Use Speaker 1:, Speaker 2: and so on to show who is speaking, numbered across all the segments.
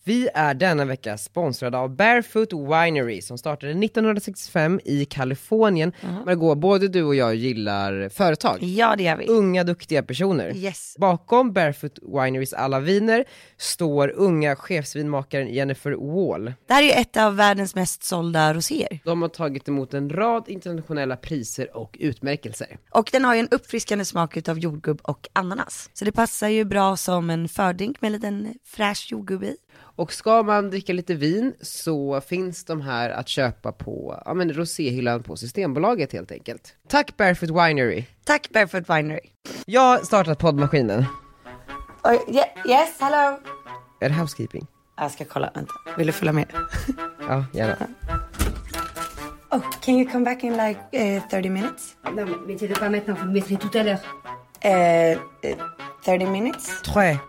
Speaker 1: Vi är denna vecka sponsrade av Barefoot Winery som startade 1965 i Kalifornien. Margot, både du och jag gillar företag.
Speaker 2: Ja, det gör vi.
Speaker 1: Unga, duktiga personer.
Speaker 2: Yes.
Speaker 1: Bakom Barefoot Winerys alla viner står unga chefsvinmakaren Jennifer Wall.
Speaker 2: Det här är ju ett av världens mest sålda roséer.
Speaker 1: De har tagit emot en rad internationella priser och utmärkelser.
Speaker 2: Och den har ju en uppfriskande smak utav jordgubb och ananas. Så det passar ju bra som en fördrink med en liten fräsch jordgubb i.
Speaker 1: Och ska man dricka lite vin så finns de här att köpa på roséhyllan på Systembolaget helt enkelt. Tack Barefoot Winery.
Speaker 2: Tack Barefoot Winery.
Speaker 1: Jag har startat poddmaskinen.
Speaker 2: Yes, hello.
Speaker 1: Är det housekeeping?
Speaker 2: Jag ska kolla, vänta. Vill du följa med?
Speaker 1: Ja, gärna.
Speaker 2: Oh, can you come back in like 30 minutes?
Speaker 3: Non, mais c'est pas maintenant, vous le mettrez tout à l'heure.
Speaker 2: 30 minutes?
Speaker 1: Trois.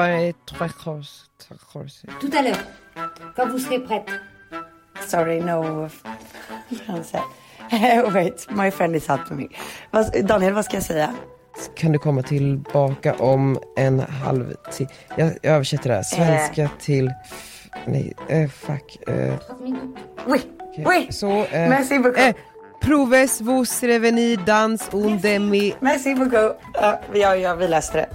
Speaker 3: Tout à l'heure, quand vous serez prête.
Speaker 2: Sorry, no français. Wait, my friend is helping me. Daniel, vad ska jag säga?
Speaker 1: Kan du komma tillbaka om en halvtimme? Jag översätter det här. Svenska till... fuck.
Speaker 2: Oui.
Speaker 1: Så,
Speaker 2: Merci beaucoup.
Speaker 1: Proves vos revenir dans un demi...
Speaker 2: Merci beaucoup. Vi läste det.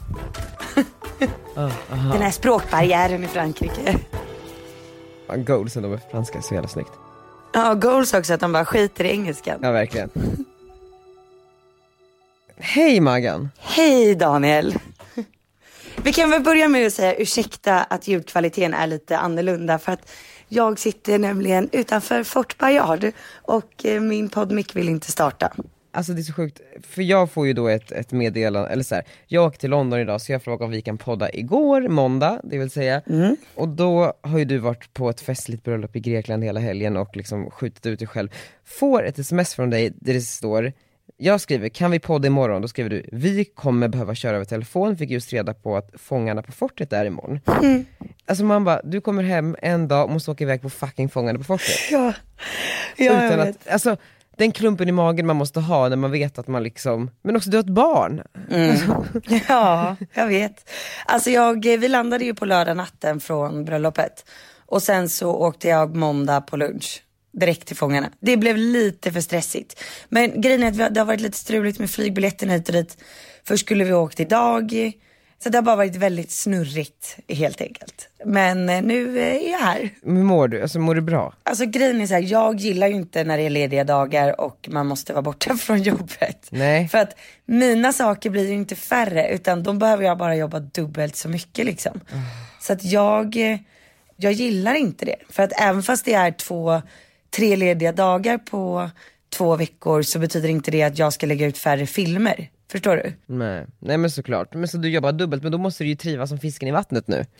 Speaker 2: Den här språkbarriären i Frankrike.
Speaker 1: Goals ändå med franska, så jävla snyggt.
Speaker 2: Ja, goals också, att de bara skiter i engelskan.
Speaker 1: Ja, verkligen. Hej Maggan.
Speaker 2: Hej Daniel. Vi kan väl börja med att säga ursäkta att ljudkvaliteten är lite annorlunda, för att jag sitter nämligen utanför Fort Bayard och min poddmick vill inte starta.
Speaker 1: Alltså det är så sjukt, för jag får ju då ett meddelande, eller så här, jag åkte till London idag så jag frågade om vi kan podda igår, måndag, det vill säga. Och då har ju du varit på ett festligt bröllop i Grekland hela helgen och liksom skjutit ut dig själv. Får ett sms från dig där det står, jag skriver, kan vi podda imorgon? Då skriver du, vi kommer behöva köra över telefon, fick just reda på att fångarna på fortet är imorgon. Alltså man bara, du kommer hem en dag och måste åka iväg på fucking fångarna på fortet.
Speaker 2: Ja,
Speaker 1: jag vet. Alltså, den klumpen i magen man måste ha när man vet att man liksom... Men också du har ett barn.
Speaker 2: Ja, jag vet. Alltså vi landade ju på lördag natten från bröllopet. Och sen så åkte jag måndag på lunch. Direkt till fångarna. Det blev lite för stressigt. Men grejen är att det har varit lite struligt med flygbiljetten hit och dit. Först skulle vi åkt idag. Så det har bara varit väldigt snurrigt helt enkelt. Men nu är jag här.
Speaker 1: Men mår du? Alltså mår du bra?
Speaker 2: Alltså grejen är så här, jag gillar ju inte när det är lediga dagar och man måste vara borta från jobbet.
Speaker 1: Nej.
Speaker 2: För att mina saker blir ju inte färre, utan de behöver jag bara jobba dubbelt så mycket liksom. Så att jag gillar inte det. För att även fast det är 2-3 lediga dagar på 2 veckor så betyder inte det att jag ska lägga ut färre filmer. Förstår du?
Speaker 1: Nej men såklart. Men så du jobbar dubbelt, men då måste du ju trivas som fisken i vattnet nu.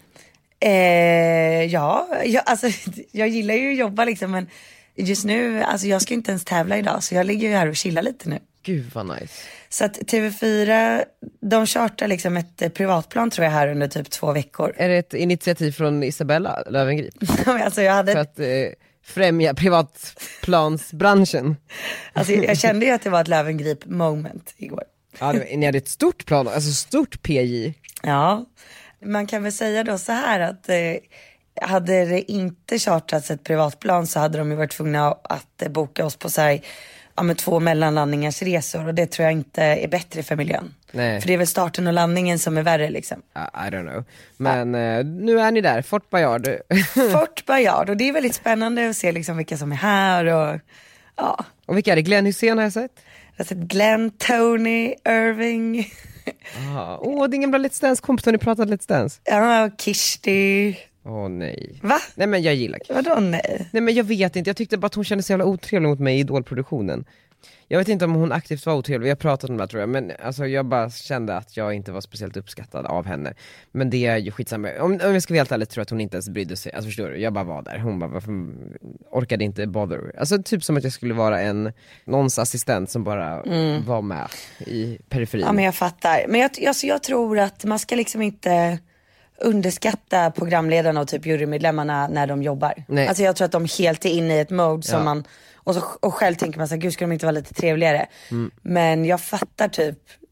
Speaker 2: Jag gillar ju att jobba liksom, men just nu, alltså jag ska inte ens tävla idag, så jag ligger ju här och chillar lite nu.
Speaker 1: Gud vad nice.
Speaker 2: Så att TV4, de chartar liksom ett privatplan tror jag här under typ 2 veckor.
Speaker 1: Är det ett initiativ från Isabella Löwengrip?
Speaker 2: Alltså jag hade...
Speaker 1: För att främja privatplansbranschen.
Speaker 2: Alltså jag kände ju att det var ett Löwengrip moment igår.
Speaker 1: Ja, ni hade ett stort plan, alltså stort PJ.
Speaker 2: Ja, man kan väl säga då så här att hade det inte chartats ett privatplan så hade de ju varit tvungna att boka oss på så här, med 2 mellanlandningars resor, och det tror jag inte är bättre för miljön.
Speaker 1: Nej.
Speaker 2: För det är väl starten och landningen som är värre liksom.
Speaker 1: I don't know. Men nu är ni där, Fort Bayard.
Speaker 2: Fort Bayard, och det är väldigt spännande att se liksom vilka som är här och ja.
Speaker 1: Och vilka är det? Glenn Hussein har jag sett.
Speaker 2: Jag har sett Glenn, Tony, Irving.
Speaker 1: Det är ingen bra Let's Dance-kompis, har ni pratat Let's Dance?
Speaker 2: Ja, Kirsti.
Speaker 1: Nej.
Speaker 2: Va?
Speaker 1: Nej men jag gillar Kirsti.
Speaker 2: Vadå nej?
Speaker 1: Nej men jag vet inte, jag tyckte bara att hon kände så jävla otrevlig mot mig i Idolproduktionen. Jag vet inte om hon aktivt var otrevlig, jag har pratat om det tror jag. Men alltså, jag bara kände att jag inte var speciellt uppskattad av henne. Men det är ju skitsamma. Om jag ska vara helt ärligt tror jag att hon inte ens brydde sig. Alltså förstår du, jag bara var där. Hon bara, varför orkade inte bother? Alltså typ som att jag skulle vara någons assistent som bara var med i periferin.
Speaker 2: Ja men jag fattar. Men jag tror att man ska liksom inte underskatta programledarna och typ jurymedlemmarna när de jobbar.
Speaker 1: Nej.
Speaker 2: Alltså jag tror att de helt är inne i ett mode som man... Och själv tänker man så här, gud ska de inte vara lite trevligare? Men jag fattar typ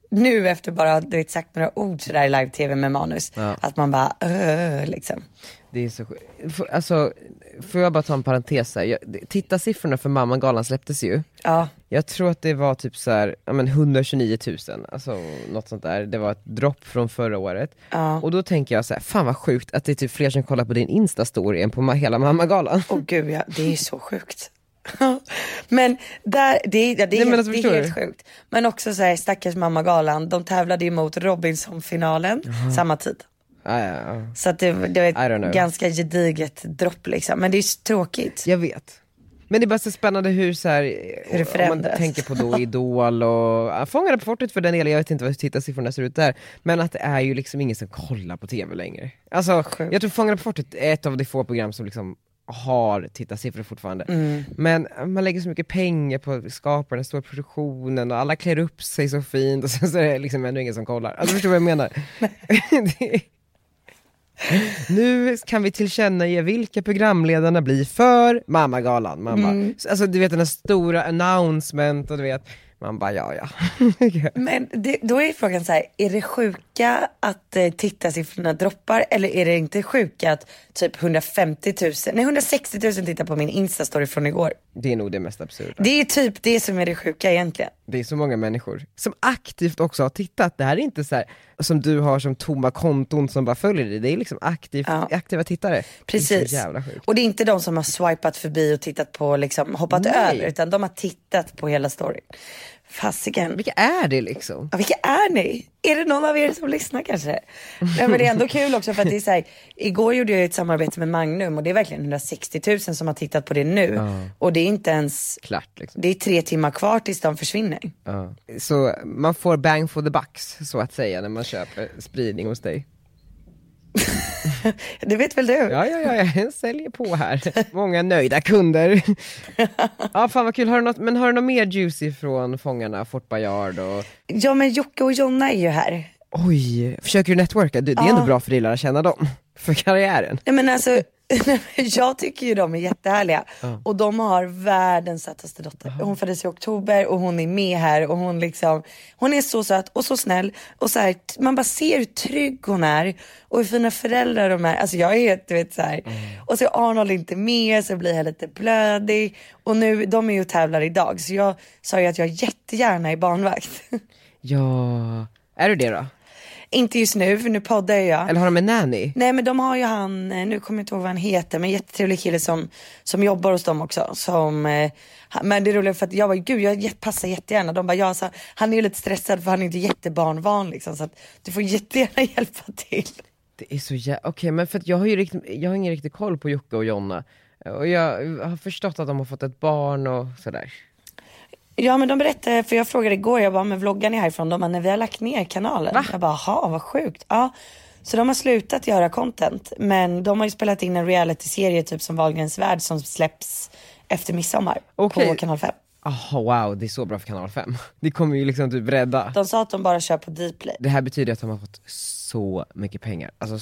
Speaker 2: nu efter bara du vet, sagt några ord sådär i live-tv med manus. Att man bara, liksom.
Speaker 1: Det är så alltså, får jag bara ta en parentes här. Tittarsiffrorna för Mammagalan släpptes ju.
Speaker 2: Ja.
Speaker 1: Jag tror att det var typ så här, 129 000. Alltså något sånt där. Det var ett dropp från förra året.
Speaker 2: Ja.
Speaker 1: Och då tänker jag så här, fan vad sjukt att det är typ fler som kollar på din Insta-story än på hela Mammagalan.
Speaker 2: Åh gud, ja, det är så sjukt. Men där, det är helt sjukt. Men också så här, stackars Mammagalan, de tävlade ju mot Robinson-finalen samma tid. Så att det var ett ganska gediget dropp liksom. Men det är så tråkigt.
Speaker 1: Jag vet. Men det är bara så spännande hur det förändras. Om man tänker på då Idol och Fångarna på fortet för den delen, jag vet inte vad tittarsiffrorna ser ut där. Men att det är ju liksom ingen som kollar på tv längre. Alltså, jag tror Fångarna på fortet är ett av de få program som liksom har tittarsiffror fortfarande. Men man lägger så mycket pengar på att skapa den stora produktionen och alla klär upp sig så fint och sen så är det liksom ändå ingen som kollar. Alltså förstår vad jag menar? Nu kan vi tillkännage vilka programledarna blir för Mammagalan. Man bara, alltså du vet den här stora announcement och du vet, man bara ja.
Speaker 2: Men då är frågan så här, är det sjuka att tittarsiffrorna droppar eller är det inte sjuka att typ 160 000 tittar på min Insta-story från igår?
Speaker 1: Det är nog det mest absurda.
Speaker 2: Det är typ det som är det sjuka egentligen.
Speaker 1: Det är så många människor som aktivt också har tittat. Det här är inte så här som du har som tomma konton som bara följer dig. Det är liksom aktiva tittare.
Speaker 2: Precis.
Speaker 1: Det är så jävla sjukt.
Speaker 2: Och det är inte de som har swipat förbi och tittat på liksom, hoppat över, utan de har tittat på hela storyn. Fasiken.
Speaker 1: Vilka är det liksom?
Speaker 2: Ja, vilka är ni? Är det någon av er som lyssnar kanske? Nej, men det är ändå kul också för att det är så här, igår gjorde jag ett samarbete med Magnum och det är verkligen 160 000 som har tittat på det nu. Och det är inte ens
Speaker 1: klart liksom. Det
Speaker 2: är 3 timmar kvar tills de försvinner.
Speaker 1: Så man får bang for the bucks så att säga när man köper spridning hos dig.
Speaker 2: Det vet väl du?
Speaker 1: Ja, jag säljer på här. Många nöjda kunder. Ja, fan vad kul. Har du något mer juicy från Fångarna, Fort Boyard och...
Speaker 2: Ja, men Jocke och Jonna är ju här.
Speaker 1: Oj, försöker du networka? Det är ändå bra för dig att lära känna dem. För karriären.
Speaker 2: Ja, men alltså... jag tycker ju de är jättehärliga. Och de har världens sötaste dotter. Hon föddes i oktober och hon är med här. Och hon är så söt och så snäll. Och så här, man bara ser hur trygg hon är. Och hur fina föräldrar de är. Alltså jag är helt, du vet så här. Och så är Arnold inte med, så blir jag lite blödig. Och nu, de är ju och tävlar idag. Så jag sa ju att jag jättegärna är barnvakt.
Speaker 1: Ja, är du det då?
Speaker 2: Inte just nu, för nu poddar jag.
Speaker 1: Eller har de en nanny?
Speaker 2: Nej, men de har ju han, nu kommer jag inte ihåg vad han heter, men jättetrevlig kille som jobbar hos dem också. Men det är roligt för att jag bara, gud, jag passar jättegärna. De bara, så, han är ju lite stressad för han är inte jättebarnvan liksom, så att du får jättegärna hjälpa till.
Speaker 1: Det är så okej, men för att jag har ingen riktig koll på Jocke och Jonna. Och jag har förstått att de har fått ett barn och sådär.
Speaker 2: Ja, men de berättade, för jag frågade igår, jag bara, men vloggar ni härifrån? De bara, när vi har lagt ner kanalen.
Speaker 1: Va?
Speaker 2: Jag bara, vad sjukt. Ja, så de har slutat göra content. Men de har ju spelat in en reality-serie typ som Wahlgrens värld som släpps efter midsommar på kanal 5.
Speaker 1: Wow, det är så bra för kanal 5. Det kommer ju liksom typ rädda.
Speaker 2: De sa att de bara kör på Dplay.
Speaker 1: Det här betyder att de har fått så mycket pengar. Alltså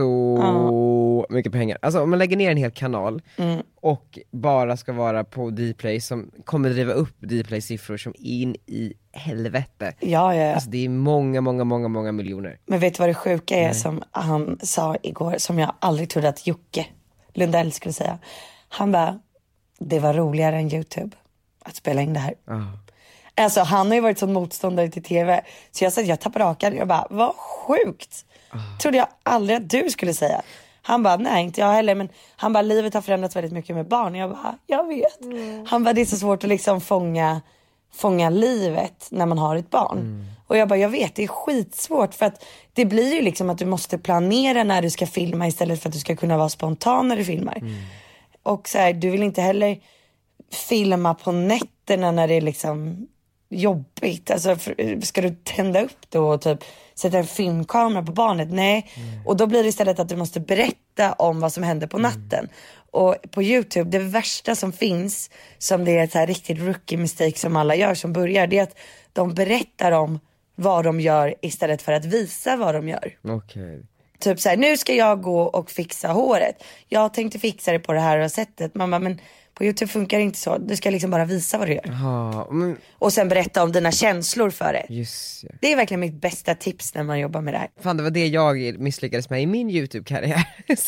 Speaker 1: så mycket pengar. Alltså om man lägger ner en hel kanal och bara ska vara på Dplay som kommer driva upp Dplay-siffror som in i helvete.
Speaker 2: Ja.
Speaker 1: Alltså det är många miljoner.
Speaker 2: Men vet du vad det sjuka är som han sa igår, som jag aldrig trodde att Jocke Lundell skulle säga. Han bara, det var roligare än YouTube att spela in det här. Alltså han har ju varit som motståndare till tv. Så jag sa att jag tappade rakan. Jag bara, vad sjukt. Trodde jag aldrig att du skulle säga. Han bara, nej inte jag heller. Men han bara, livet har förändrats väldigt mycket med barn. Jag bara, jag vet. Han bara, det är så svårt att liksom fånga livet när man har ett barn. Och jag bara, jag vet, det är skitsvårt. För att det blir ju liksom att du måste planera när du ska filma istället för att du ska kunna vara spontan när du filmar. Och så här, du vill inte heller filma på nätterna när det är liksom jobbigt. Alltså ska du tända upp då och typ sätta en filmkamera på barnet? Nej. Och då blir det istället att du måste berätta om vad som händer på natten. Och på YouTube, det värsta som finns, som det är ett så här riktigt rookie mistake som alla gör som börjar, det är att de berättar om vad de gör istället för att visa vad de gör.
Speaker 1: Okej.
Speaker 2: Typ så här, nu ska jag gå och fixa håret. Jag tänkte fixa det på det här sättet. Mamma, men På YouTube funkar det inte så. Du ska liksom bara visa vad du gör.
Speaker 1: Aha, men...
Speaker 2: Och sen berätta om dina känslor för det.
Speaker 1: Just ja.
Speaker 2: Det är verkligen mitt bästa tips när man jobbar med det här.
Speaker 1: Fan, det var det jag misslyckades med i min YouTube-karriär.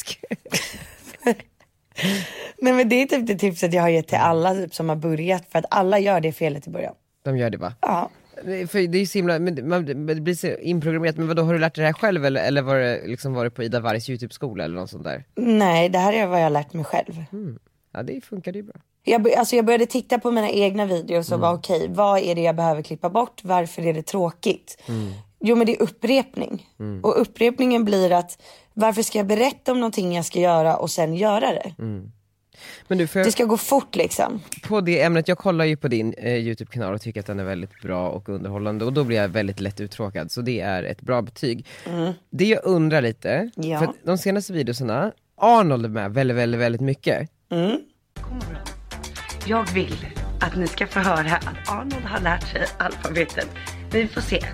Speaker 2: Nej, men det är typ det tipset jag har gett till alla typ, som har börjat. För att alla gör det felet i början.
Speaker 1: De gör det va?
Speaker 2: Ja.
Speaker 1: För det är ju så himla, det blir så inprogrammerat. Men vadå, har du lärt dig det här själv eller var det på Ida Wargs YouTube-skola eller något sånt där?
Speaker 2: Nej, det här är vad jag har lärt mig själv.
Speaker 1: Ja, det funkar ju bra.
Speaker 2: Jag började titta på mina egna videos och var okej, vad är det jag behöver klippa bort? Varför är det tråkigt? Jo, men det är upprepning. Och upprepningen blir att varför ska jag berätta om någonting jag ska göra och sen göra det?
Speaker 1: Men du,
Speaker 2: Det ska gå fort liksom.
Speaker 1: På det ämnet, jag kollar ju på din YouTube-kanal och tycker att den är väldigt bra och underhållande. Och då blir jag väldigt lätt uttråkad. Så det är ett bra betyg. Det jag undrar lite, för att de senaste videorna, Arnold är med väldigt, väldigt, väldigt mycket.
Speaker 2: Jag vill att ni ska få höra att Arnold har lärt sig alfabetet. Vi får se.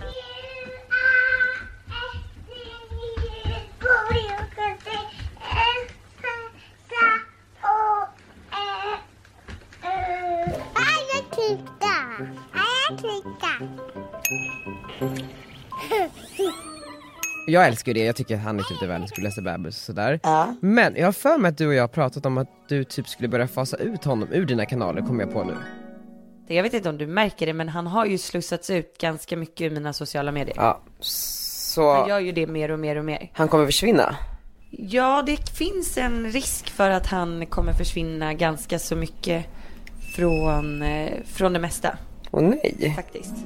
Speaker 1: Jag älskar det, jag tycker att han är typ det världens gulligaste bebis och sådär.
Speaker 2: Ja.
Speaker 1: Men jag har för mig att du och jag har pratat om att du typ skulle börja fasa ut honom ur dina kanaler, kommer jag på nu.
Speaker 2: Jag vet inte om du märker det, men han har ju slussats ut ganska mycket i mina sociala medier.
Speaker 1: Ja, så...
Speaker 2: Han gör ju det mer och mer och mer.
Speaker 1: Han kommer försvinna?
Speaker 2: Ja, det finns en risk för att han kommer försvinna ganska så mycket från det mesta.
Speaker 1: Åh nej.
Speaker 2: Faktiskt.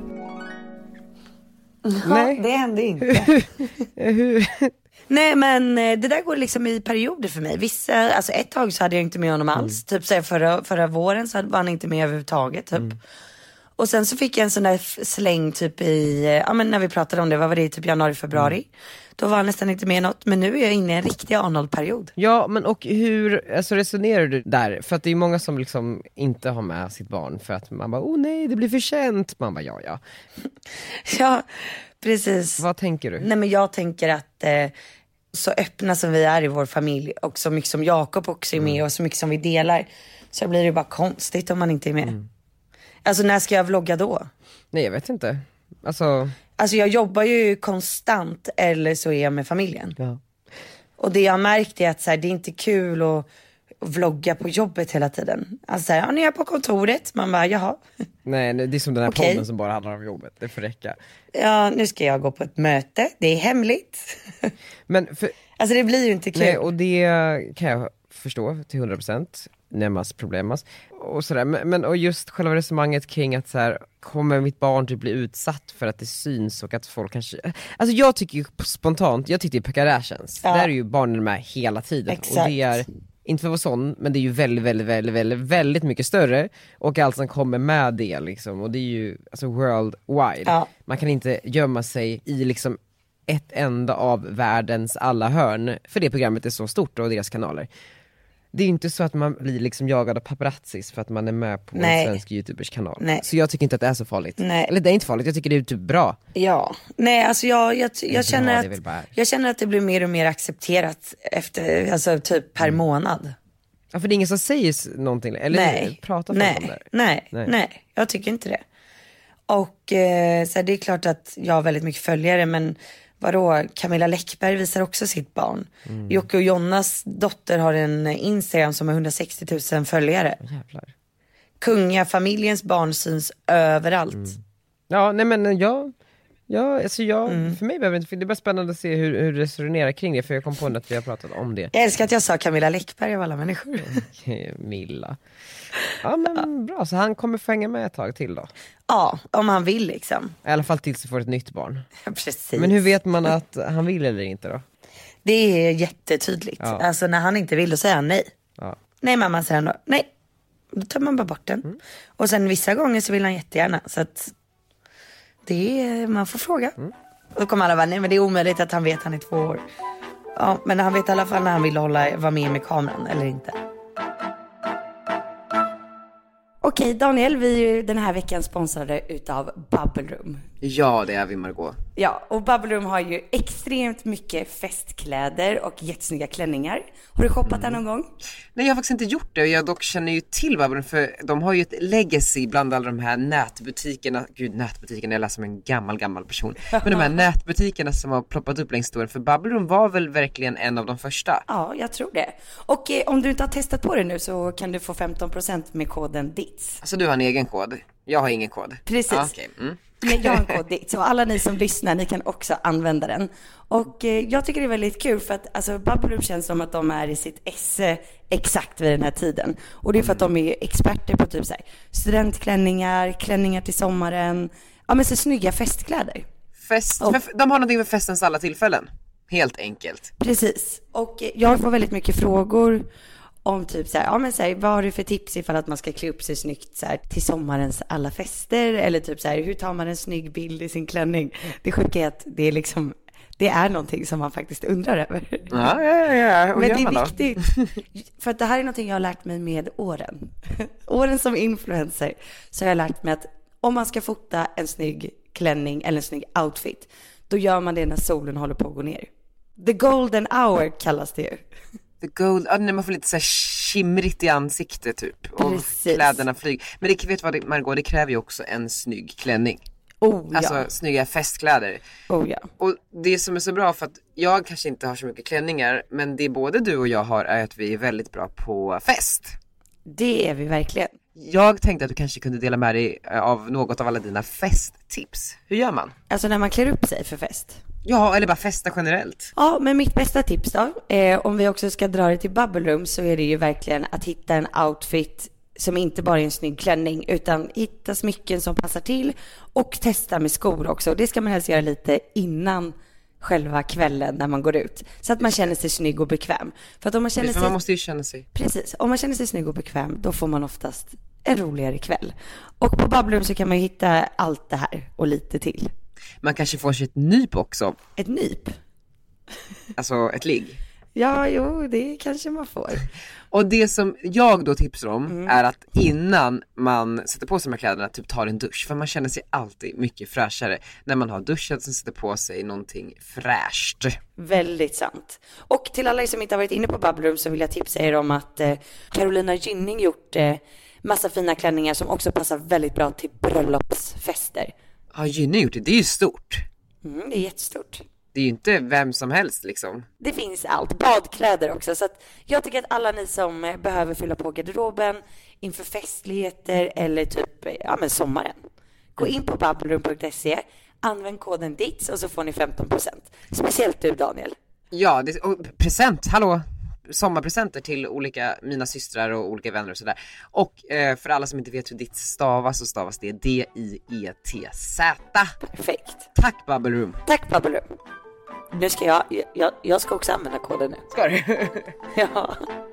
Speaker 1: Nej.
Speaker 2: Ja, det hände inte. Nej, men det där går liksom i perioder för mig. Alltså ett tag så hade jag inte med honom alls. Typ så förra våren så var han inte med överhuvudtaget typ. Och sen så fick jag en sån där släng typ men när vi pratade om det, vad var det, typ januari, februari. Då var han nästan inte med något. Men nu är jag inne i en riktig Arnold-period.
Speaker 1: Ja, men och hur resonerar du där? För att det är många som liksom inte har med sitt barn för att man bara, nej, det blir för känt. Man bara, ja.
Speaker 2: Ja, precis.
Speaker 1: Vad tänker du?
Speaker 2: Nej, men jag tänker att så öppna som vi är i vår familj och så mycket som Jakob också är med och så mycket som vi delar, så blir det bara konstigt om man inte är med. Alltså när ska jag vlogga då?
Speaker 1: Nej, jag vet inte. Alltså
Speaker 2: jag jobbar ju konstant eller så är jag med familjen.
Speaker 1: Ja.
Speaker 2: Och det jag har märkt är att så här, det är inte kul att vlogga på jobbet hela tiden. Alltså nu är jag på kontoret, man bara, jaha.
Speaker 1: Nej, det är som den här podden som bara handlar om jobbet, det får räcka.
Speaker 2: Ja, nu ska jag gå på ett möte, det är hemligt.
Speaker 1: Men
Speaker 2: alltså det blir ju inte kul.
Speaker 1: Nej, och det kan jag förstå till 100%. Nämmas problemas och sådär, men och just själva resonemanget kring att så här, kommer mitt barn typ bli utsatt för att det syns och att folk kanske, alltså jag tycker ju spontant, jag tycker Kardashians, där är ju barnen med hela tiden.
Speaker 2: Exakt.
Speaker 1: Och det är inte för att vara sån, men det är ju väldigt, väldigt, väldigt, väldigt, väldigt mycket större och allt som kommer med det liksom, och det är ju alltså worldwide. Man kan inte gömma sig i liksom ett enda av världens alla hörn, för det programmet är så stort och deras kanaler. Det är ju inte så att man blir liksom jagad av paparazzis för att man är med på en svensk YouTubers kanal. Nej. Så jag tycker inte att det är så farligt. Nej. Eller det är inte farligt, jag tycker det är typ bra. Ja, nej alltså jag känner att det blir mer och mer accepterat efter, alltså typ per månad. Ja, för det är ingen som säger någonting, eller pratar om det. Nej, jag tycker inte det. Och så här, det är klart att jag har väldigt mycket följare, men vadå, Camilla Läckberg visar också sitt barn. Jocke och Jonas dotter har en Instagram som har 160 000 följare. Jävlar. Kungafamiljens barn syns överallt. Ja, nej men för mig behöver inte, det är bara spännande att se hur du resonerar kring det, för jag kom på att vi har pratat om det. Jag älskar att jag sa Camilla Läckberg av alla människor. Milla. Ja, men bra, så han kommer få hänga med ett tag till då? Ja, om han vill liksom. I alla fall tills du får ett nytt barn. Ja, precis. Men hur vet man att han vill eller inte då? Det är jättetydligt. Ja. Alltså när han inte vill, då säger han nej. Ja. Nej mamma, säger han då. Nej. Då tar man bara bort den. Och sen vissa gånger så vill han jättegärna. Så att man får fråga. Då kommer alla bara, nej men det är omöjligt att han vet, han är 2 år. Ja, men han vet i alla fall när han vill vara med kameran eller inte. Okej Daniel, vi är ju den här veckan sponsrade utav Bubble Room. Ja, det är vi, Margot.
Speaker 2: Ja, och Bubble Room har ju extremt mycket festkläder och jättesnygga klänningar. Har du shoppat där någon gång?
Speaker 1: Nej, jag har faktiskt inte gjort det. Jag dock känner ju till Bubble Room, för de har ju ett legacy bland alla de här nätbutikerna. Gud, nätbutikerna, jag läser som en gammal person. Men de här nätbutikerna som har ploppat upp längs historien. För Bubble Room var väl verkligen en av de första?
Speaker 2: Ja, jag tror det. Och om du inte har testat på det nu så kan du få 15% med koden DITS.
Speaker 1: Alltså du har en egen kod. Jag har ingen kod.
Speaker 2: Precis.
Speaker 1: Ah, okay.
Speaker 2: Men jag har en kod DITS, så alla ni som lyssnar, ni kan också använda den. Och jag tycker det är väldigt kul för att alltså, Bubble Room känns som att de är i sitt esse exakt vid den här tiden. Och det är för att de är experter på typ så här, studentklänningar, klänningar till sommaren. Ja, men så snygga festkläder.
Speaker 1: De har någonting för festens alla tillfällen. Helt enkelt.
Speaker 2: Precis. Och jag får väldigt mycket frågor om typ så här, ja men så här, vad har du för tips ifall att man ska klä upp sig snyggt så här, till sommarens alla fester? Eller typ så här, hur tar man en snygg bild i sin klänning? Det sjuka är att det är liksom, det är någonting som man faktiskt undrar över.
Speaker 1: Ja.
Speaker 2: Men det är viktigt. För att det här är någonting jag har lärt mig med åren. Åren som influencer så har jag lärt mig att om man ska fota en snygg klänning eller en snygg outfit, då gör man det när solen håller på att gå ner. The golden hour kallas det ju.
Speaker 1: När man får lite så här skimrigt i ansiktet typ. Och
Speaker 2: precis.
Speaker 1: Kläderna flyger. Men det vet vad Margot, det kräver ju också en snygg klänning. Alltså snygga festkläder. Och det som är så bra, för att jag kanske inte har så mycket klänningar, men det både du och jag har är att vi är väldigt bra på fest.
Speaker 2: Det är vi verkligen.
Speaker 1: Jag tänkte att du kanske kunde dela med dig av något av alla dina festtips. Hur gör man?
Speaker 2: Alltså när man klär upp sig för fest.
Speaker 1: Ja, eller bara festa generellt.
Speaker 2: Ja, men mitt bästa tips då, om vi också ska dra det till Bubble Room, så är det ju verkligen att hitta en outfit som inte bara är en snygg klänning, utan hitta smycken som passar till och testa med skor också. Det ska man helst göra lite innan själva kvällen när man går ut, så att man känner sig snygg och bekväm. För att om man känner sig...
Speaker 1: man måste ju känna sig.
Speaker 2: Precis, om man känner sig snygg och bekväm, då får man oftast en roligare kväll. Och på Bubble Room så kan man hitta allt det här och lite till.
Speaker 1: Man kanske får sig ett nyp också.
Speaker 2: Ett nyp?
Speaker 1: Alltså ett ligg.
Speaker 2: Ja, jo, det kanske man får.
Speaker 1: Och det som jag då tipsar om är att innan man sätter på sig de här kläderna, typ tar en dusch. För man känner sig alltid mycket fräschare när man har duschat och sätter på sig någonting fräscht.
Speaker 2: Väldigt sant. Och till alla som inte har varit inne på Bubble Room så vill jag tipsa er om att Carolina Gynning gjort massa fina klänningar som också passar väldigt bra till bröllopsfester.
Speaker 1: Ja, Gynning gjort det. Det är ju stort.
Speaker 2: Det är jättestort.
Speaker 1: Det är ju inte vem som helst liksom.
Speaker 2: Det finns allt, badkläder också. Så att jag tycker att alla ni som behöver fylla på garderoben inför festligheter eller typ sommaren, gå in på bubbleroom.se, använd koden DITS och så får ni 15%. Speciellt du, Daniel.
Speaker 1: Ja, och present, hallå. Sommarpresenter till mina systrar och olika vänner och sådär. Och för alla som inte vet hur ditt stavas, så stavas det DIETZ.
Speaker 2: Perfekt.
Speaker 1: Tack Bubble Room.
Speaker 2: Tack Bubble Room. Nu ska jag ska också använda koden nu.
Speaker 1: Ska du?
Speaker 2: Ja.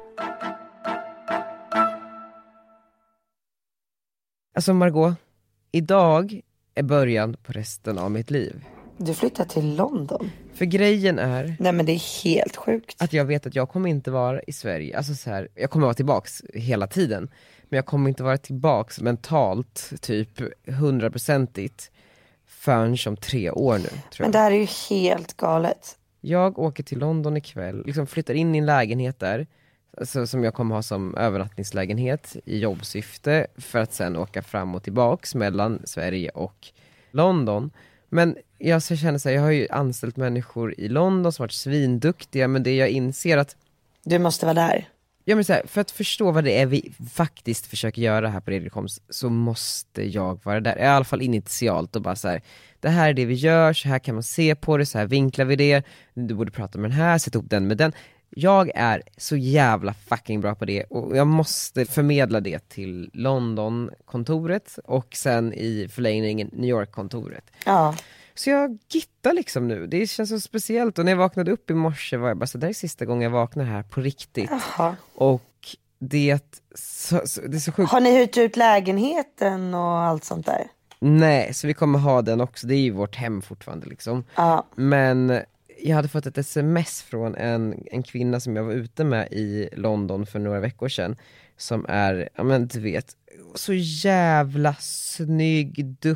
Speaker 1: Alltså Margot, idag är början på resten av mitt liv.
Speaker 2: Du flyttar till London.
Speaker 1: För grejen är...
Speaker 2: Nej, men det är helt sjukt.
Speaker 1: Att jag vet att jag kommer inte vara i Sverige. Alltså så här, jag kommer vara tillbaks hela tiden. Men jag kommer inte vara tillbaks mentalt typ 100%igt förrän om 3 år nu, tror jag.
Speaker 2: Men det här är ju helt galet.
Speaker 1: Jag åker till London ikväll, liksom flyttar in i en lägenhet där, alltså, som jag kommer ha som övernattningslägenhet i jobbsyfte, för att sen åka fram och tillbaks mellan Sverige och London. Men jag känner så här, jag har ju anställt människor i London som varit svinduktiga, men det jag inser att
Speaker 2: du måste vara där.
Speaker 1: Ja, men så här, för att förstå vad det är vi faktiskt försöker göra här på Redikoms, så måste jag vara där, i alla fall initialt, och bara så här, det här är det vi gör, så här kan man se på det, så här vinklar vi det, du borde prata med den här, sätta ihop den med den. Jag är så jävla fucking bra på det, och jag måste förmedla det till London-kontoret och sen i förlängningen New York-kontoret.
Speaker 2: Ja.
Speaker 1: Så jag gittar liksom nu, det känns så speciellt. Och när jag vaknade upp i morse var jag bara så, det är sista gången jag vaknar här på riktigt.
Speaker 2: Aha.
Speaker 1: Och det är så sjukt.
Speaker 2: Har ni hyrt ut lägenheten och allt sånt där?
Speaker 1: Nej, så vi kommer ha den också, det är ju vårt hem fortfarande liksom.
Speaker 2: Ja.
Speaker 1: Men jag hade fått ett sms från en kvinna som jag var ute med i London för några veckor sedan, som är, ja men du vet, så jävla snygg, duktig,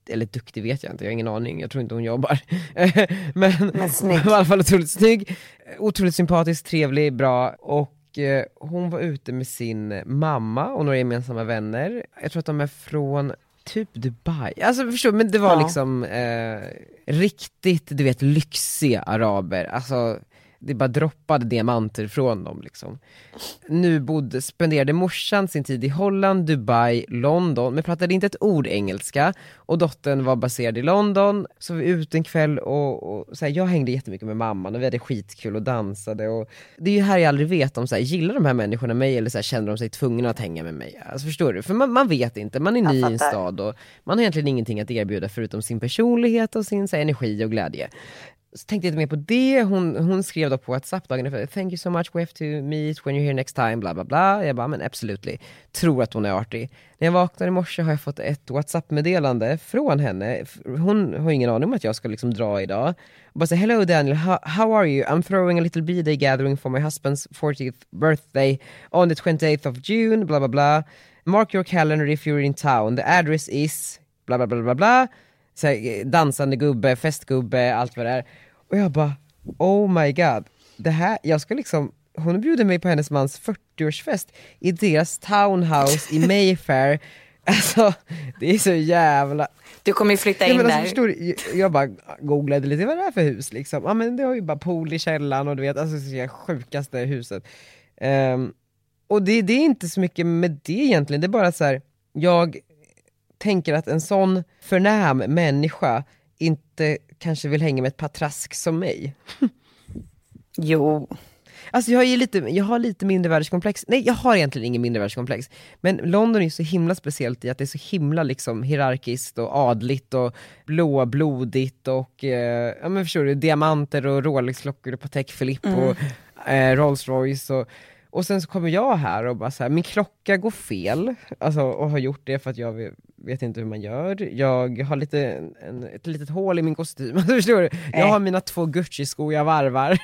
Speaker 1: eller duktig vet jag inte, jag har ingen aning, jag tror inte hon jobbar. men
Speaker 2: snygg.
Speaker 1: i alla fall otroligt snygg, otroligt sympatisk, trevlig, bra. Och hon var ute med sin mamma och några gemensamma vänner. Jag tror att de är från typ Dubai. Alltså förstår, men det var liksom riktigt, du vet, lyxiga araber. Alltså det bara droppade diamanter från dem liksom. Nu spenderade morsan sin tid i Holland, Dubai, London, men pratade inte ett ord engelska, och dottern var baserad i London. Så vi ute en kväll och så här, jag hängde jättemycket med mamman och vi hade skitkul och dansade, och det är ju här jag aldrig vet om så här, gillar de här människorna mig eller så här, känner de sig tvungna att hänga med mig. Alltså förstår du? För man vet inte, man är ny i en stad och man har egentligen ingenting att erbjuda förutom sin personlighet och sin så här, energi och glädje. Så tänkte jag inte mer på det. Hon skrev då på WhatsApp dagen efter: thank you so much, we have to meet when you're here next time, bla bla bla. Jag bara, men absolutely, tror att hon är artig. När jag vaknar i morse har jag fått ett WhatsApp-meddelande från henne. Hon har ingen aning om att jag ska liksom dra idag. Och bara säga: hello Daniel, how are you? I'm throwing a little birthday gathering for my husband's 40th birthday on the 28th of June, bla bla bla. Mark your calendar if you're in town. The address is bla bla bla bla bla. Så här, dansande gubbe, festgubbe, allt vad det är. Och jag bara, oh my god, det här, jag ska liksom, hon bjuder mig på hennes mans 40-årsfest i deras townhouse i Mayfair. Alltså, det är så jävla...
Speaker 2: Du kommer ju flytta in där.
Speaker 1: Förstår du, jag bara googlade lite, vad det är för hus liksom. Ja, men det har ju bara pool i källaren och du vet, alltså det sjukaste huset. Och det är inte så mycket med det egentligen, det är bara så här, jag tänker att en sån förnäm människa inte kanske vill hänga med ett patrask som mig.
Speaker 2: Jo.
Speaker 1: Alltså jag har lite mindervärdeskomplex. Nej, jag har egentligen ingen mindervärdeskomplex. Men London är så himla speciellt i att det är så himla liksom hierarkiskt och adligt och blåblodigt och ja men förstår du, diamanter och Rolex-klockor och Patek Philippe och Rolls Royce och sen så kommer jag här och bara så här, min klocka går fel, alltså, och har gjort det för att jag vet inte hur man gör. Jag har ett litet hål i min kostym, förstår du? Jag har mina 2 Gucci-skor jag varvar.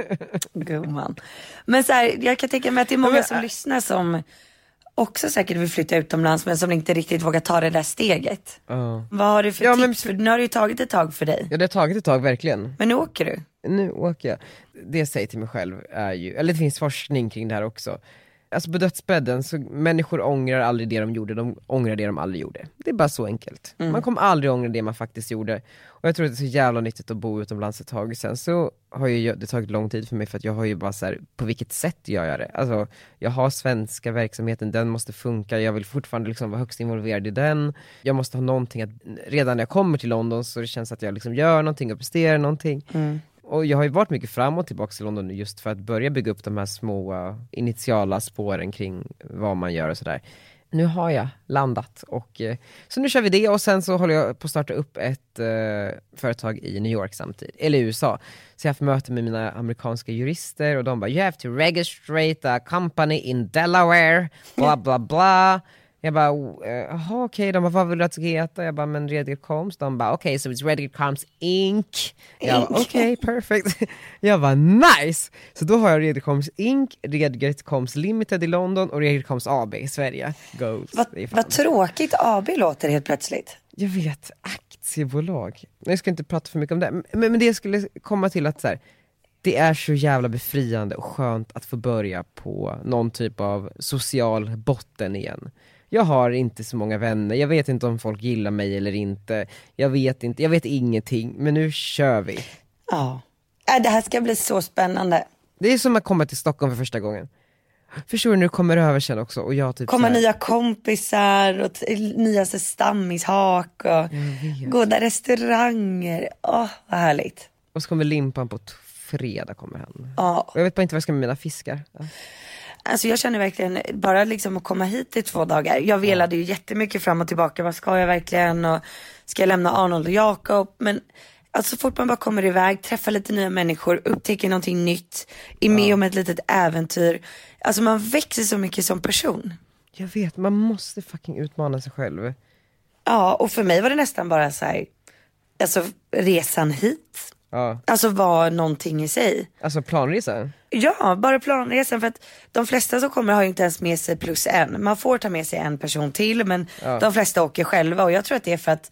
Speaker 2: Gumman. Men så här, jag kan tänka mig att det är många som lyssnar som också säkert vill flytta utomlands men som inte riktigt vågar ta det där steget. Vad har du för tips? För nu har det ju tagit ett tag för dig.
Speaker 1: Ja, det har tagit ett tag, verkligen.
Speaker 2: Men nu åker du?
Speaker 1: Nu åker jag. Det jag säger till mig själv är ju, eller det finns forskning kring det här också. Alltså på dödsbädden så människor ångrar aldrig det de gjorde, de ångrar det de aldrig gjorde. Det är bara så enkelt. Man kommer aldrig ångra det man faktiskt gjorde. Och jag tror att det är så jävla nyttigt att bo utomlands ett tag. Sen så har ju det tagit lång tid för mig för att jag har ju bara så här, på vilket sätt gör jag det? Alltså jag har svenska verksamheten, den måste funka. Jag vill fortfarande liksom vara högst involverad i den. Jag måste ha någonting att, redan när jag kommer till London så det känns att jag liksom gör någonting och presterar någonting. Och jag har ju varit mycket fram och tillbaka till London just för att börja bygga upp de här små initiala spåren kring vad man gör och sådär. Nu har jag landat och så nu kör vi det och sen så håller jag på att starta upp ett företag i New York samtidigt, eller i USA. Så jag har haft möte med mina amerikanska jurister och de bara, you have to registrate a company in Delaware, bla bla bla. Jag bara, jaha okej, de bara, vad vill du att det ska heta? Jag bara, men Redgert Combs. De bara, okej, so it's Redgert Combs Inc. Jag bara, okej, perfect. Jag bara, nice! Så då har jag Redgert Combs Inc, Redgert Combs Limited i London och Redgert Combs AB i Sverige. Goals.
Speaker 2: Vad tråkigt AB låter helt plötsligt.
Speaker 1: Jag vet, aktiebolag. Jag ska inte prata för mycket om det. Men det skulle komma till att så här, det är så jävla befriande och skönt att få börja på någon typ av social botten igen. Jag har inte så många vänner. Jag vet inte om folk gillar mig eller inte. Jag vet ingenting. Men nu kör vi.
Speaker 2: Ja. Det här ska bli så spännande.
Speaker 1: Det är som att komma till Stockholm för första gången. Förstår du när du kommer över sen också? Och jag typ
Speaker 2: kommer nya kompisar och nya stammishak och goda restauranger. Vad härligt.
Speaker 1: Och så kommer Limpan på fredag kommer han.
Speaker 2: Ja.
Speaker 1: Och jag vet bara inte vad jag ska med mina fiskar. Ja.
Speaker 2: Alltså jag känner verkligen, bara liksom att komma hit i 2 dagar. Jag velade ju jättemycket fram och tillbaka. Vad ska jag verkligen? Och ska jag lämna Arnold och Jakob? Men alltså fort man bara kommer iväg, träffar lite nya människor, upptäcker någonting nytt, är med om ett litet äventyr. Alltså man växer så mycket som person.
Speaker 1: Jag vet, man måste fucking utmana sig själv.
Speaker 2: Ja, och för mig var det nästan bara så här, alltså resan hit.
Speaker 1: Ja.
Speaker 2: Alltså var någonting i sig.
Speaker 1: Alltså planresan?
Speaker 2: Ja, bara planresan, för att de flesta som kommer har ju inte ens med sig plus en. Man får ta med sig en person till, men de flesta åker själva, och jag tror att det är för att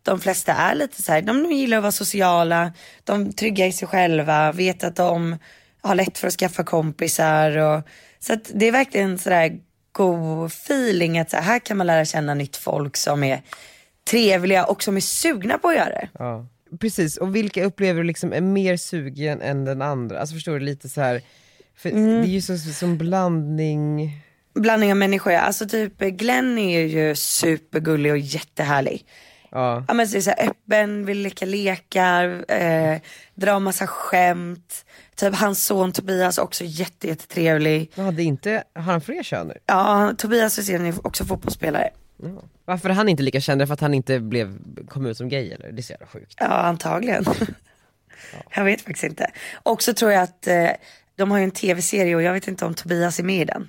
Speaker 2: de flesta är lite så här, de gillar att vara sociala, de trygga i sig själva, vet att de har lätt för att skaffa kompisar. Och, så att det är verkligen sådär god feeling att så här kan man lära känna nytt folk som är trevliga och som är sugna på att göra det.
Speaker 1: Ja, precis. Och vilka upplever du liksom är mer sugen än den andra? Alltså förstår du, lite så här, för det är ju som blandning
Speaker 2: av människor, ja. Alltså typ Glenn är ju supergullig och jättehärlig. Ja, men så är så här, öppen, vill leka lekar, dra massa skämt. Typ hans son Tobias också jättetrevlig.
Speaker 1: Ja, det är inte, har han fler köner?
Speaker 2: Ja, Tobias är också fotbollsspelare.
Speaker 1: Ja. Varför är han inte lika känd? För att han inte kom ut som gay, eller? Det är så jävla sjukt.
Speaker 2: Ja, antagligen. Jag vet faktiskt inte. Och så tror jag att de har ju en tv-serie och jag vet inte om Tobias är med i den.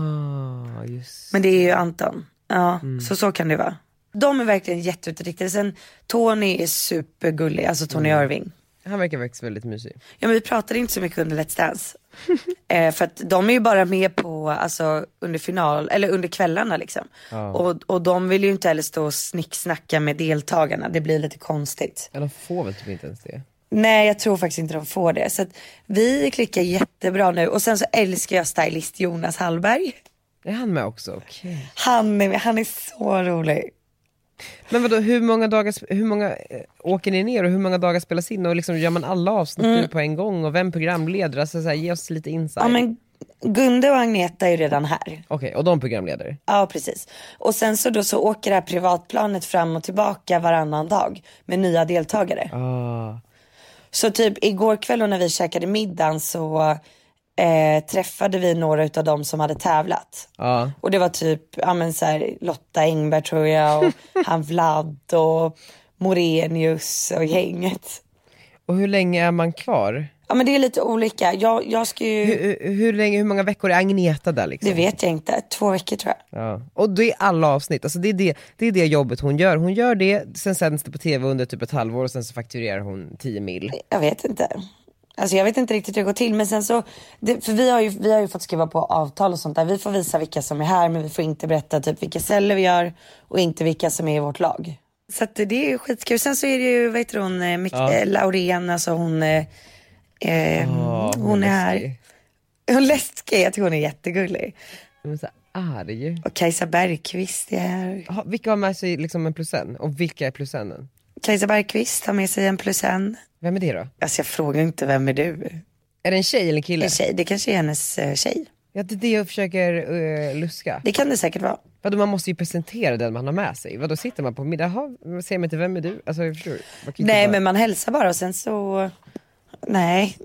Speaker 1: Just.
Speaker 2: Men det är ju Anton. Ja, så kan det vara. De är verkligen jätteutriktade. Sen Tony är supergullig, alltså Tony Irving.
Speaker 1: Han verkar faktiskt väldigt mysig.
Speaker 2: Ja, men vi pratade inte så mycket under Let's Dance. För att de är ju bara med på, alltså under final, eller under kvällarna liksom. Och de vill ju inte heller stå och snicksnacka med deltagarna. Det blir lite konstigt.
Speaker 1: Ja, de får väl typ inte ens det.
Speaker 2: Nej, jag tror faktiskt inte de får det. Så att vi klickar jättebra nu. Och sen så älskar jag stylist Jonas Hallberg.
Speaker 1: Är han med också? Okay.
Speaker 2: Han är så rolig.
Speaker 1: Men vadå, hur många åker ni ner och hur många dagar spelas in? Och liksom, gör man alla avsnitt nu på en gång? Och vem programleder? Alltså, så här, ge oss lite insight.
Speaker 2: Ja, men Gunde och Agneta är ju redan här.
Speaker 1: Okej, och de programleder?
Speaker 2: Ja, precis. Och sen så åker det här privatplanet fram och tillbaka varannan dag med nya deltagare. Så typ igår kväll när vi käkade middagen så träffade vi några utav dem som hade tävlat. Och det var typ så här, Lotta Engberg tror jag, och han Vlad och Morenius och gänget.
Speaker 1: Och hur länge är man kvar?
Speaker 2: Ja, men det är lite olika. Jag ska ju...
Speaker 1: Hur många veckor är Agneta där liksom?
Speaker 2: Det vet jag inte. 2 veckor tror jag.
Speaker 1: Ja. Och det är alla avsnitt. Alltså det är det jobbet hon gör. Hon gör det, sen sänds det på tv under typ ett halvår och sen så fakturerar hon 10 mil.
Speaker 2: Jag vet inte. Alltså jag vet inte riktigt hur det går till. Men sen så, för vi har ju fått skriva på avtal och sånt där. Vi får visa vilka som är här, men vi får inte berätta typ vilka celler vi gör och inte vilka som är i vårt lag. Så att det är ju skitkul. Sen så är det ju, vad heter hon, Laurén, alltså hon är här. Hon läskig, jag tror hon är jättegullig.
Speaker 1: Hon är så arg.
Speaker 2: Och Kajsa Bergqvist är här.
Speaker 1: Vilka har med sig liksom en +1? Och vilka är +1?
Speaker 2: Kajsa Bergqvist har med sig en +1.
Speaker 1: Vem är det då?
Speaker 2: Alltså jag frågar inte, vem är du?
Speaker 1: Är det en tjej eller en kille?
Speaker 2: En tjej, det kanske är hennes tjej.
Speaker 1: Ja, det är det jag försöker luska.
Speaker 2: Det kan det säkert vara.
Speaker 1: Vadå, man måste ju presentera den man har med sig. Vadå, sitter man på middag? Säger man inte, vem är du? Alltså, jag förstår.
Speaker 2: Nej, men man hälsar bara och sen så... Nej.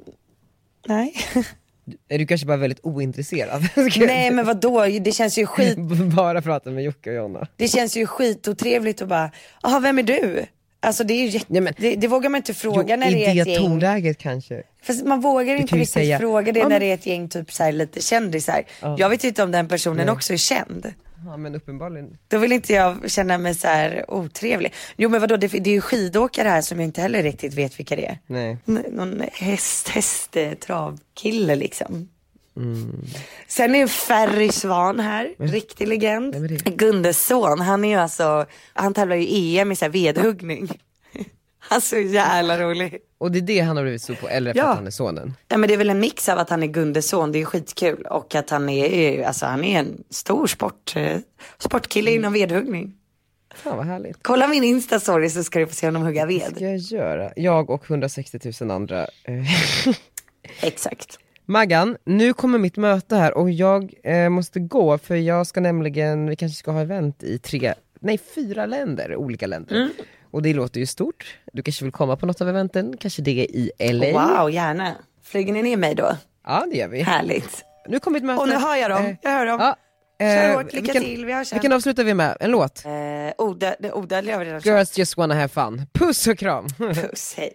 Speaker 1: Är du kanske bara väldigt ointresserad?
Speaker 2: Nej, men vadå? Det känns ju skit...
Speaker 1: Bara prata med Jocke och Jonna.
Speaker 2: Det känns ju skitotrevligt att bara... Jaha, vem är du? Alltså det är ju det vågar man inte fråga när det är ett gäng.
Speaker 1: I det tonläget kanske.
Speaker 2: Fast man vågar inte riktigt fråga det när det är ett gäng typ så här, lite kändisar. Jag vet inte om den personen också är känd.
Speaker 1: Ja, men uppenbarligen.
Speaker 2: Då vill inte jag känna mig så här otrevlig. Jo, men vadå, det är ju skidåkare här som jag inte heller riktigt vet vilka det är.
Speaker 1: Nej.
Speaker 2: Någon hästtravkille liksom. Sen är ju Ferry Svan här, riktig legend. Gundes son, han är ju alltså, han tävlar ju EM i så här vedhuggning. Han är så jävla rolig.
Speaker 1: Och det är det han har blivit så på, eller för att han är sonen?
Speaker 2: Ja, men det är väl en mix av att han är Gundes son, det är skitkul. Och att han är en stor sportkille inom vedhuggning.
Speaker 1: Fan vad härligt.
Speaker 2: Kolla min Insta-story så ska du få se honom hugga ved.
Speaker 1: Ska jag göra? Jag och 160 000 andra.
Speaker 2: Exakt.
Speaker 1: Maggan, nu kommer mitt möte här och jag måste gå för jag ska nämligen, vi kanske ska ha event i 4 länder, olika länder. Och det låter ju stort. Du kanske vill komma på något av eventen, kanske det är i LA.
Speaker 2: Wow, gärna. Flyger ni ner mig då?
Speaker 1: Ja, det gör vi.
Speaker 2: Härligt.
Speaker 1: Nu kommer mitt möte.
Speaker 2: Och nu hör jag dem, jag hör dem. Ja. Kör hårt, lycka till, vi hörs sen.
Speaker 1: Vilken avslutar vi med? En låt?
Speaker 2: Odödliga har vi redan.
Speaker 1: Girls just wanna have fun. Puss och kram.
Speaker 2: Puss, hej.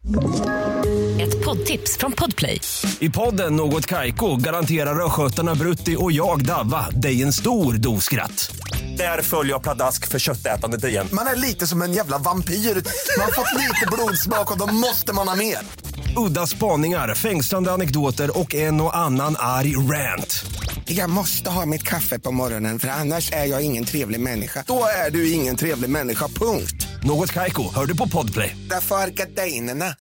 Speaker 4: Ett poddtips från Podplay.
Speaker 5: I podden Något Kaiko garanterar röskötarna Brutti och jag Davva dig en stor doskratt. Där följer jag pladask för köttätandet igen.
Speaker 6: Man är lite som en jävla vampyr. Man har fått lite blodsmak och då måste man ha mer.
Speaker 5: Udda spaningar, fängslande anekdoter och en och annan arg rant.
Speaker 6: Jag måste ha mitt kaffe på morgonen för annars är jag ingen trevlig människa. Då är du ingen trevlig människa, punkt.
Speaker 5: Något Kaiko, hör du på Podplay.
Speaker 6: Därför är gardinerna.